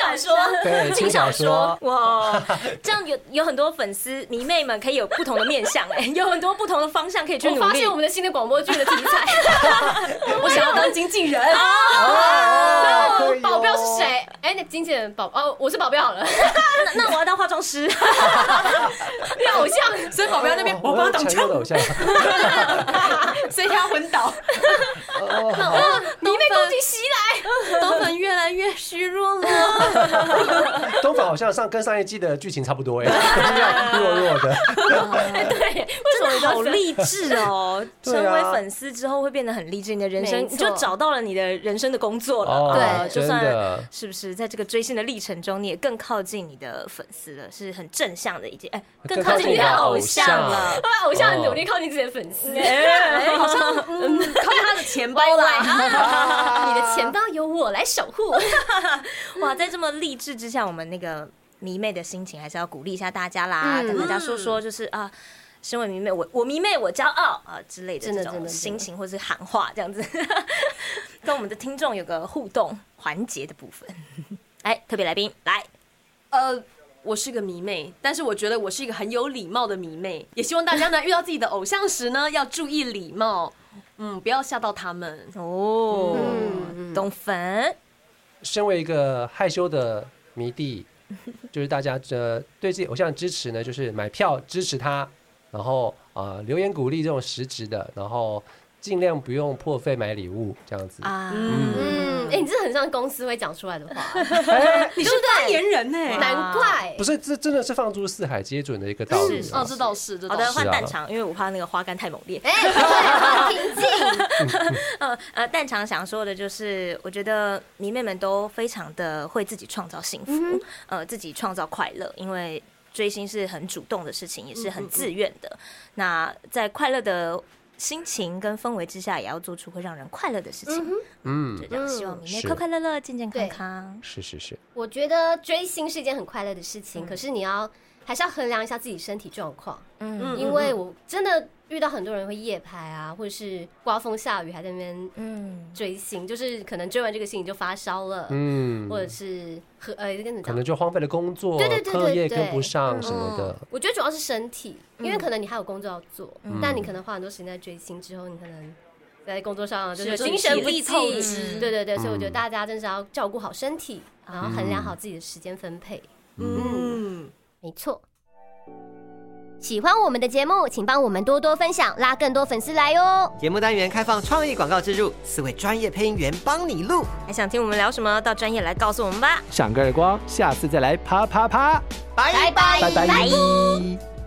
小说， 对，轻小说。 哇，这样有很多粉丝迷妹们可以有不同的面向，有很多不同的方向可以去努力。 我发现我们的新的广播剧的题材， 我想要当经纪人。 保镖是谁？哎，那经纪人我是保镖好了。 那我要当化妆师， 偶像， 所以保镖那边我帮他挡枪， 偶像， 所以他昏倒。 迷妹攻击袭来， 东粉越来越虚弱了。 东粉好像跟上一季的剧情差不多哎，弱弱的。 对， 真的好励志哦！成为粉丝之后会变得很励志，你的人生你就找到了你的人生的工作了。 对， 就算是不是在这个追星的历程中，你也更靠近你的粉丝了，是很正向的一件，更靠近你的偶像了。 偶像很努力靠近自己的粉丝， 好像靠近他的钱包啦。你的钱包由我来守护。 哇，在这么励志之下，我们那个迷妹的心情还是要鼓励一下大家啦，跟大家说说，就是啊。身为迷妹，我迷妹，我骄傲啊之类的这种心情或是喊话，这样子，跟我们的听众有个互动环节的部分。哎，特别来宾来， 我是个迷妹，但是我觉得我是一个很有礼貌的迷妹，也希望大家呢遇到自己的偶像时呢要注意礼貌，不要吓到他们哦。懂粉。 身为一个害羞的迷弟，就是大家对自己偶像的支持呢，就是买票支持他。然后留言鼓励这种实质的，然后尽量不用破费买礼物这样子啊。 你这很像公司会讲出来的话。 你是发言人呢， 难怪。 不是，这真的是放诸四海皆准的一个道理。 这倒是。 好的，换蛋肠，因为我怕那个花干太猛烈。 平静。 蛋肠想说的就是，我觉得迷妹们都非常的会自己创造幸福，自己创造快乐，因为。追星是很主动的事情，也是很自愿的。那在快乐的心情跟氛围之下，也要做出会让人快乐的事情。就这样，希望迷妹快快乐乐、健健康康。 是。 我觉得追星是一件很快乐的事情，可是你还是要衡量一下自己身体状况。因为我真的遇到很多人会夜拍啊，或者是刮风下雨还在那边追星，就是可能追完这个星你就发烧了，或者是可能就荒废了工作，课业跟不上什么的。 我觉得主要是身体，因为可能你还有工作要做，但你可能花很多时间在追星之后，你可能在工作上就是精神不济。对，所以我觉得大家真是要照顾好身体，然后衡量好自己的时间分配。没错。喜欢我们的节目，请帮我们多多分享，拉更多粉丝来哟。 节目单元开放创意广告植入，4位专业配音员帮你录。 还想听我们聊什么？到专业来告诉我们吧。 赏个耳光，下次再来啪啪啪。 拜拜。